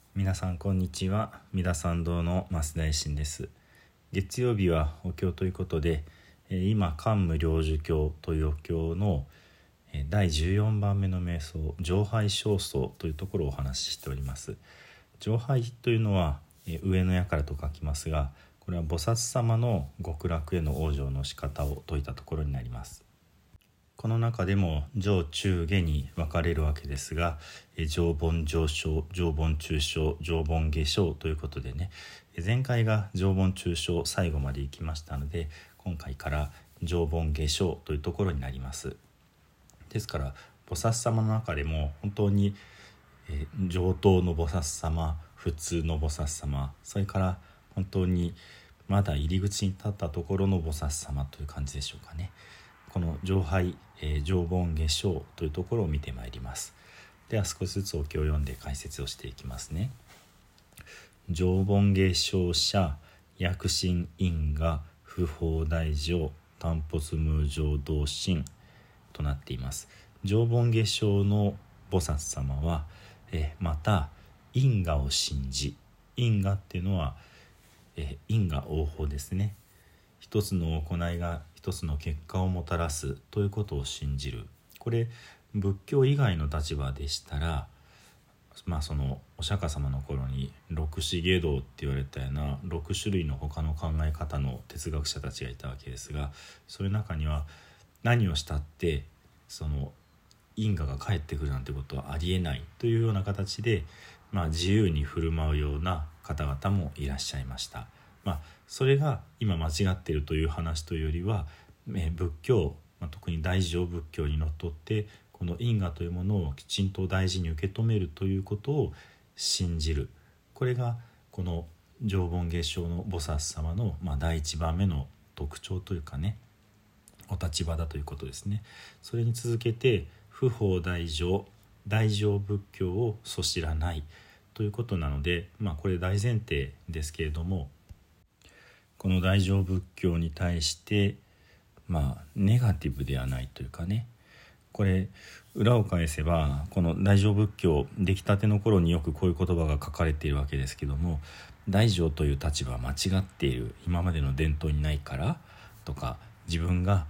皆さんこんにちは。三田参道の増大臣です。月曜日はお経ということで、今桓武領寿経というお経の第14番目の瞑想、上拝正想というところをお話ししております。上拝というのは上の輩と書きますが、これは菩薩様の極楽への往生の仕方を説いたところになります。この中でも上中下に分かれるわけですが、上品上生、上品中生、上品下生ということでね、前回が上品中生最後まで行きましたので、今回から上品下生というところになります。ですから菩薩様の中でも本当に上等の菩薩様、普通の菩薩様、それから本当にまだ入り口に立ったところの菩薩様という感じでしょうかね。この上拝、上品下生というところを見てまいります。では少しずつお経を読んで解説をしていきますね。上品下生者薬神因果不法大乗担保無常道心となっています。上品下生の菩薩様は、また因果を信じ、因果っていうのは、因果応報ですね。一つの行いが一つの結果をもたらすということを信じる。これ仏教以外の立場でしたら、そのお釈迦様の頃に六種下道って言われたような6種類の他の考え方の哲学者たちがいたわけですが、それの中には何をしたってその因果が返ってくるなんてことはありえないというような形で、自由に振る舞うような方々もいらっしゃいました。それが今間違っているという話というよりは、仏教、特に大乗仏教にのっとってこの因果というものをきちんと大事に受け止めるということを信じる。これがこの上品下生の菩薩様の、第一番目の特徴というかね、お立場だということですね。それに続けて不法大乗、大乗仏教をそしらないということなので、これ大前提ですけれども、この大乗仏教に対してネガティブではないというかね、これ裏を返せばこの大乗仏教出来たての頃によくこういう言葉が書かれているわけですけども、大乗という立場は間違っている、今までの伝統にないからとか、自分が、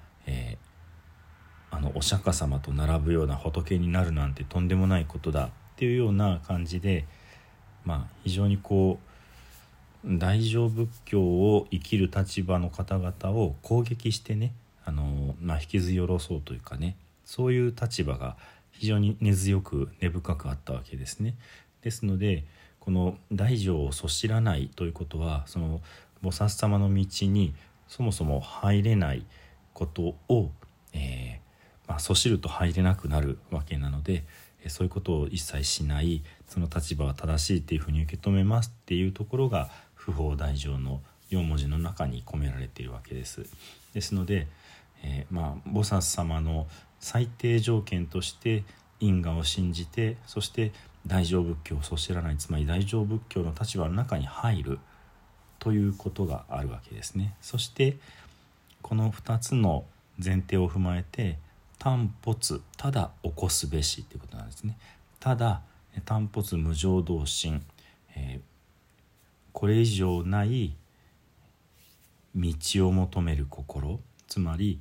お釈迦様と並ぶような仏になるなんてとんでもないことだっていうような感じで、非常に大乗仏教を生きる立場の方々を攻撃してね、引きずり下ろそうというかね、そういう立場が非常に根強く根深くあったわけですね。ですのでこの大乗をそしらないということは、その菩薩様の道にそもそも入れないことを、そしると入れなくなるわけなので、そういうことを一切しない、その立場は正しいっていうふうに受け止めますっていうところが不法大乗の4文字の中に込められているわけです。ですので、菩薩様の最低条件として因果を信じて、そして大乗仏教をそしらない、つまり大乗仏教の立場の中に入るということがあるわけですね。そしてこの2つの前提を踏まえて、担保ただ起こすべしということなんですね。ただ担保無常道心、これ以上ない道を求める心、つまり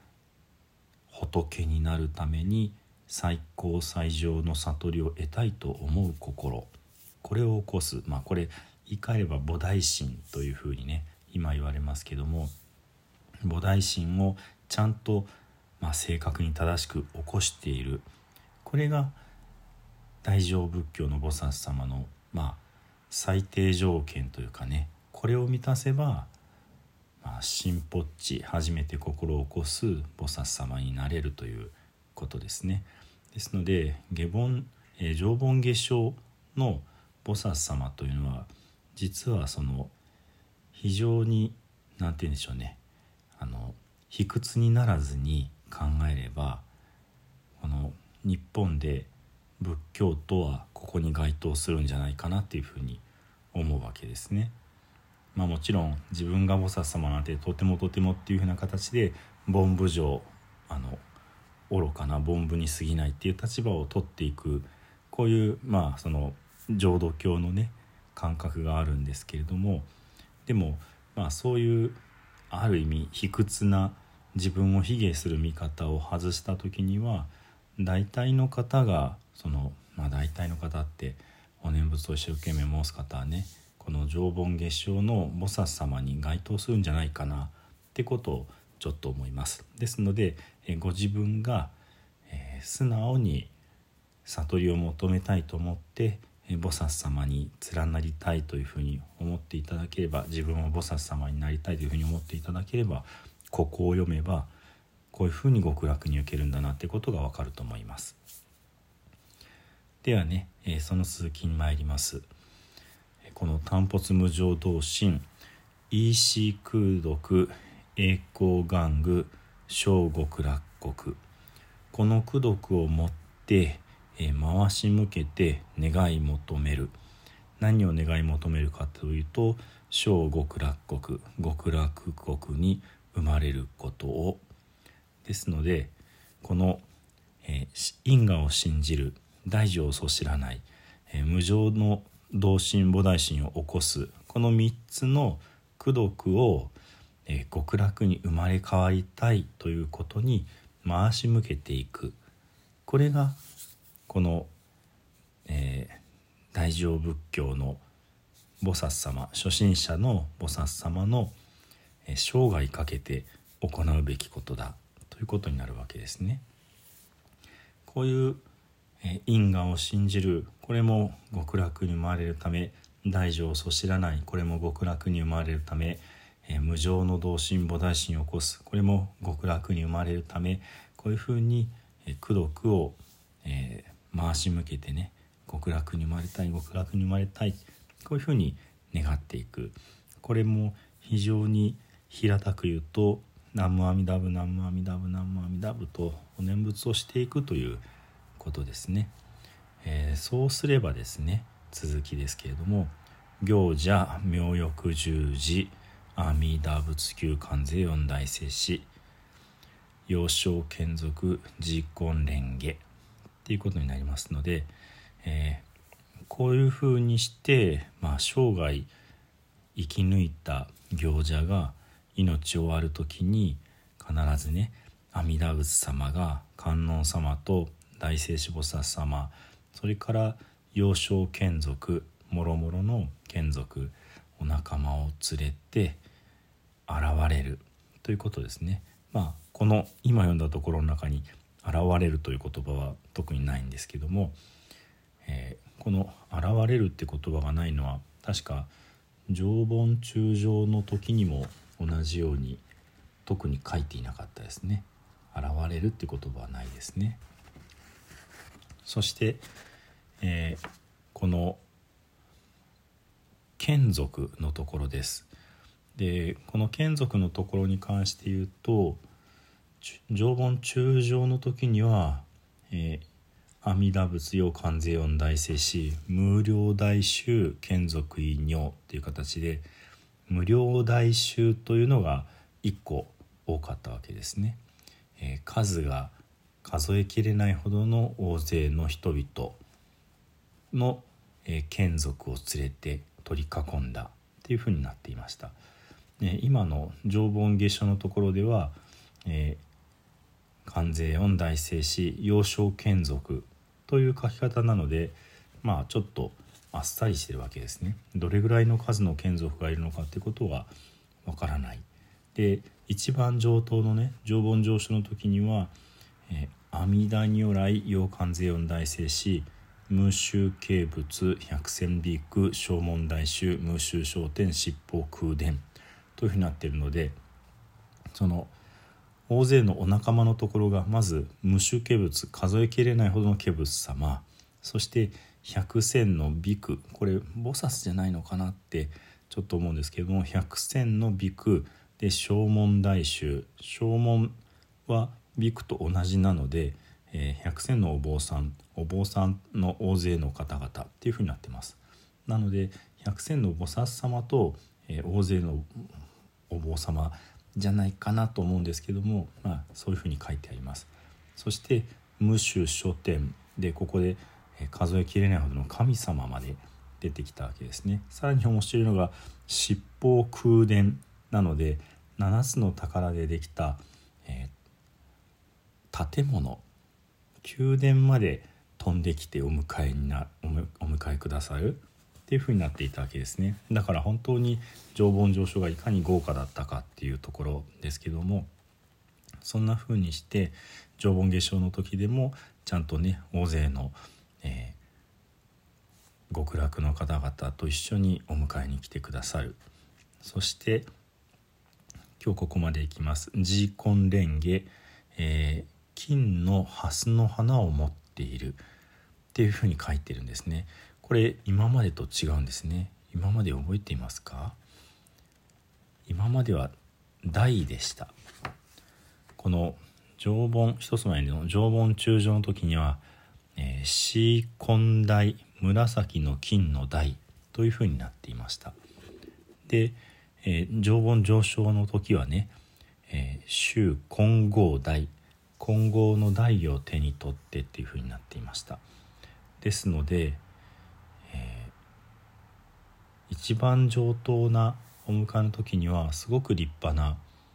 仏になるために最高最上の悟りを得たいと思う心、これを起こす、これ言い換えれば菩提心というふうにね今言われますけども、菩提心をちゃんと正確に正しく起こしている、これが大乗仏教の菩薩様の最低条件というかね、これを満たせば真ぽっち初めて心を起こす菩薩様になれるということですね。ですので上品下生の菩薩様というのは、実はその非常になんて言うんでしょうね、卑屈にならずに考えれば、この日本で仏教とはここに該当するんじゃないかなっていうふうに思うわけですね。もちろん自分が菩薩様なんてとてもっていうふうな形で凡夫上愚かな凡夫に過ぎないっていう立場を取っていく、こういうその浄土教のね感覚があるんですけれども、でもそういうある意味卑屈な自分を卑下する見方を外した時には、大体の方が大体の方ってお念仏を一生懸命申す方はね、この常盆月照の菩薩様に該当するんじゃないかなってことをちょっと思います。ですのでご自分が素直に悟りを求めたいと思って菩薩様に連なりたいというふうに思っていただければ、自分は菩薩様になりたいというふうに思っていただければ、ここを読めばこういうふうに極楽に行けるんだなってことがわかると思います。ではね、その続きに参ります。この淡発無常道心イーシー空毒栄光玩具小極楽国、この功徳をもって回し向けて願い求める。何を願い求めるかというと、小極楽国、極楽国に生まれることを。ですのでこの、因果を信じる、大乗をそ知らない、無常の道心菩提心を起こす、この3つの功徳を、極楽に生まれ変わりたいということに回し向けていく。これがこの、大乗仏教の菩薩様、初心者の菩薩様の、生涯かけて行うべきことだということになるわけですね。こういう、因果を信じる、これも極楽に生まれるため、大乗をそ知らない、これも極楽に生まれるため、無常の道心菩提心を起こす、これも極楽に生まれるため、こういうふうに功徳を、回し向けてね、極楽に生まれたい、極楽に生まれたい、こういうふうに願っていく。これも非常に平たく言うと、南無阿弥陀仏、南無阿弥陀仏、南無阿弥陀仏とお念仏をしていくということですね。そうすればですね、続きですけれども、行者妙欲十字阿弥陀仏九観世四大聖子幼少眷属自根蓮華っていうことになりますので、こういうふうにして、生涯生き抜いた行者が命を終わる時に必ずね、阿弥陀仏様が観音様と大聖子菩薩様、それから幼少眷属、もろもろの眷属、お仲間を連れて現れるということですね。この今読んだところの中に現れるという言葉は特にないんですけども、この現れるって言葉がないのは確か常盆中将の時にも同じように特に書いていなかったですね。現れるって言葉はないですね。そして、この眷属のところです。でこの眷属のところに関して言うと、常盆中将の時には、阿弥陀仏よ観世音大聖子無量大衆眷属異名という形で、無量大衆というのが1個多かったわけですね。数が数えきれないほどの大勢の人々の、眷属を連れて取り囲んだっていうふうになっていました。今の常盆月書のところでは、観世音大聖子幼少眷属という書き方なので、ちょっとあっさりしてるわけですね。どれぐらいの数の眷属がいるのかってことはわからない。で一番上等のね、常盆上書の時には、阿弥陀如来陽観世音大聖子無臭形物百千比丘正門大衆無臭昇天七宝空伝というふうになっているので、その大勢のお仲間のところがまず無臭化仏、数えきれないほどの化仏様、そして百千の比丘、これ菩薩じゃないのかなってちょっと思うんですけれども、百千の比丘で正門大衆、正門は比丘と同じなので、百千のお坊さんの大勢の方々っていうふうになってます。なので百千の菩薩様と、大勢のお坊様じゃないかなと思うんですけども、そういうふうに書いてあります。そして無臭書店でここで、 数えきれないほどの神様まで出てきたわけですね。さらに面白いのが七宝宮殿なので、7つの宝でできた、建物、宮殿まで飛んできてお迎えくださるっていう風になっていたわけですね。だから本当に常盆常所がいかに豪華だったかっていうところですけども、そんな風にして常盆下生の時でもちゃんとね、大勢の、極楽の方々と一緒にお迎えに来てくださる。そして今日ここまでいきます。自金蓮華、金の蓮の花を持っているっていうふうに書いてるんですね。これ今までと違うんですね。今まで覚えていますか？今までは大でした。この常盆、一つ前の常盆中将の時には、四金大、紫の金の大というふうになっていました。で、常盆上昇の時はね、周金剛大、金剛の大を手に取ってっていうふうになっていました。ですので、一番上等なお迎えの時にはすごく立派な、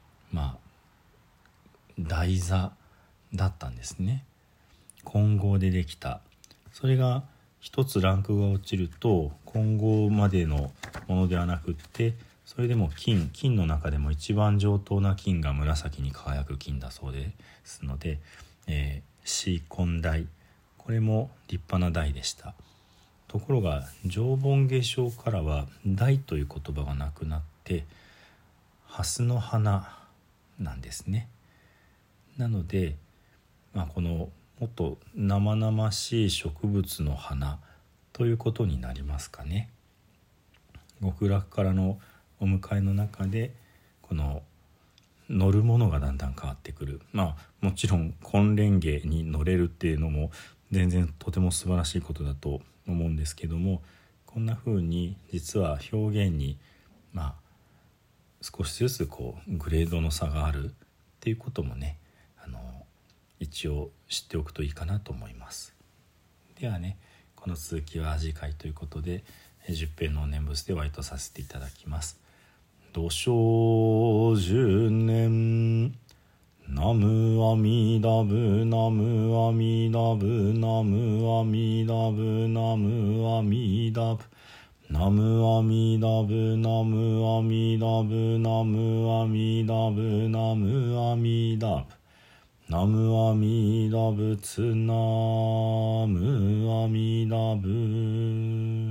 台座だったんですね。金剛でできた。それが一つランクが落ちると金剛までのものではなくって、それでも金の中でも一番上等な金が紫に輝く金だそうですので、四金大、これも立派な台でした。ところが常盆下生からは台という言葉がなくなって蓮の花なんですね。なので、このもっと生々しい植物の花ということになりますかね。極楽からのお迎えの中でこの乗るものがだんだん変わってくる。もちろん金蓮華に乗れるっていうのも全然とても素晴らしいことだと思うんですけども、こんな風に実は表現に少しずつグレードの差があるっていうこともね、一応知っておくといいかなと思います。ではね、この続きは次回ということで十遍の念仏でお会いとさせていただきます。土生十年ナムアミダブナムアミダブナムアミダブナムアミダブナムアミダブナムアミダブナムアミダブナムアミダブナムアミダブツナムアミダブ。